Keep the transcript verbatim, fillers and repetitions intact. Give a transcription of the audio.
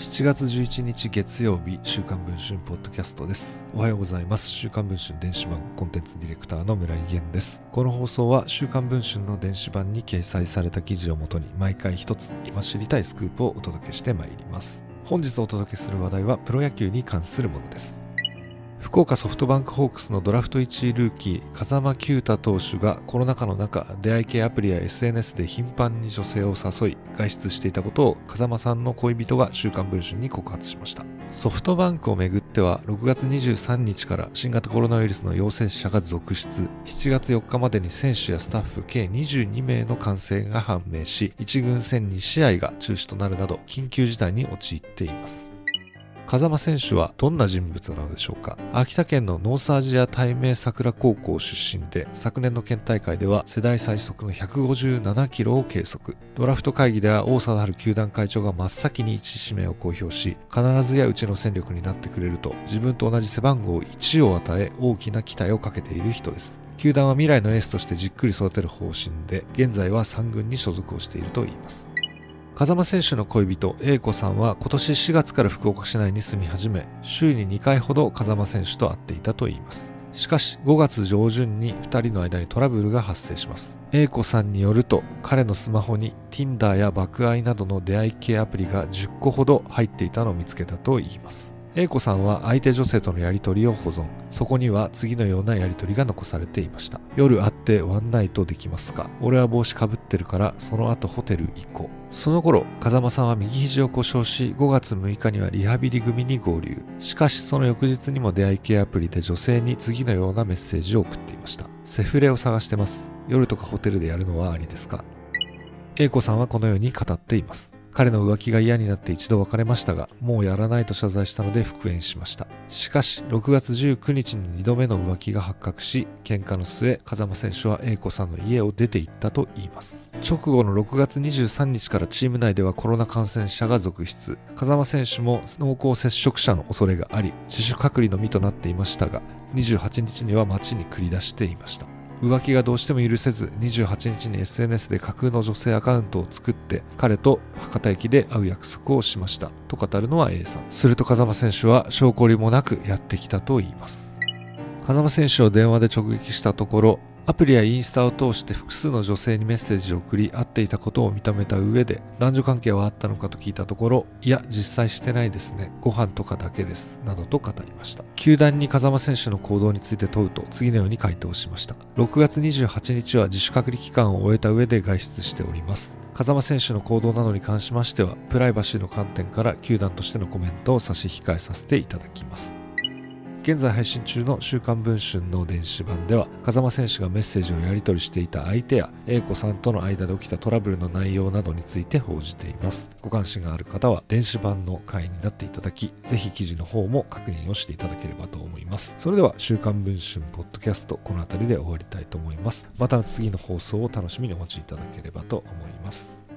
しちがつじゅういちにち月曜日、週刊文春ポッドキャストです。おはようございます。週刊文春電子版コンテンツディレクターの村井源です。この放送は週刊文春の電子版に掲載された記事をもとに毎回一つ今知りたいスクープをお届けしてまいります。本日お届けする話題はプロ野球に関するものです。福岡ソフトバンクホークスのドラフトいちいルーキー風間球打投手がコロナ禍の中、出会い系アプリや エスエヌエス で頻繁に女性を誘い外出していたことを風間さんの恋人が週刊文春に告発しました。ソフトバンクをめぐってはろくがつにじゅうさんにちから新型コロナウイルスの陽性者が続出、しちがつよっかまでに選手やスタッフ計にじゅうにめいの感染が判明し、いちぐん戦にしあいが中止となるなど緊急事態に陥っています。風間選手はどんな人物なのでしょうか。秋田県のノースアジア大明桜高校出身で、昨年の県大会では世代最速のひゃくごじゅうななキロを計測。ドラフト会議では王貞治球団会長が真っ先にいち指名を公表し、必ずやうちの戦力になってくれると自分と同じ背番号いちを与え大きな期待をかけている人です。球団は未来のエースとしてじっくり育てる方針で、現在はさんぐんに所属をしているといいます。風間選手の恋人 A 子さんは今年しがつから福岡市内に住み始め、週ににかいほど風間選手と会っていたといいます。しかしごがつじょうじゅんにふたりの間にトラブルが発生します。 A 子さんによると、彼のスマホに Tinder や爆愛などの出会い系アプリがじゅっこほど入っていたのを見つけたといいます。A 子さんは相手女性とのやり取りを保存。そこには次のようなやり取りが残されていました。夜会ってワンナイトできますか？俺は帽子かぶってるからその後ホテル行こう。その頃、風間さんは右肘を故障し、ごがつむいかにはリハビリ組に合流。しかしその翌日にも出会い系アプリで女性に次のようなメッセージを送っていました。セフレを探してます。夜とかホテルでやるのはありですか？ A 子さんはこのように語っています。彼の浮気が嫌になって一度別れましたが、もうやらないと謝罪したので復縁しました。しかしろくがつじゅうくにちににどめの浮気が発覚し、喧嘩の末風間選手は A 子さんの家を出て行ったといいます。直後のろくがつにじゅうさんにちからチーム内ではコロナ感染者が続出。風間選手も濃厚接触者の恐れがあり、自主隔離の身となっていましたが、にじゅうはちにちには街に繰り出していました。浮気がどうしても許せず、にじゅうはちにちに エスエヌエス で架空の女性アカウントを作って彼と博多駅で会う約束をしましたと語るのは A さん。すると風間選手は証拠りもなくやってきたといいます。風間選手を電話で直撃したところ、アプリやインスタを通して複数の女性にメッセージを送り会っていたことを認めた上で、男女関係はあったのかと聞いたところ、いや実際してないですね、ご飯とかだけですなどと語りました。球団に風間選手の行動について問うと次のように回答しました。ろくがつにじゅうはちにちは自主隔離期間を終えた上で外出しております。風間選手の行動などに関しましてはプライバシーの観点から球団としてのコメントを差し控えさせていただきます。現在配信中の週刊文春の電子版では、風間選手がメッセージをやり取りしていた相手や A 子さんとの間で起きたトラブルの内容などについて報じています。ご関心がある方は電子版の会員になっていただき、ぜひ記事の方も確認をしていただければと思います。それでは週刊文春ポッドキャスト、この辺りで終わりたいと思います。また次の放送を楽しみにお待ちいただければと思います。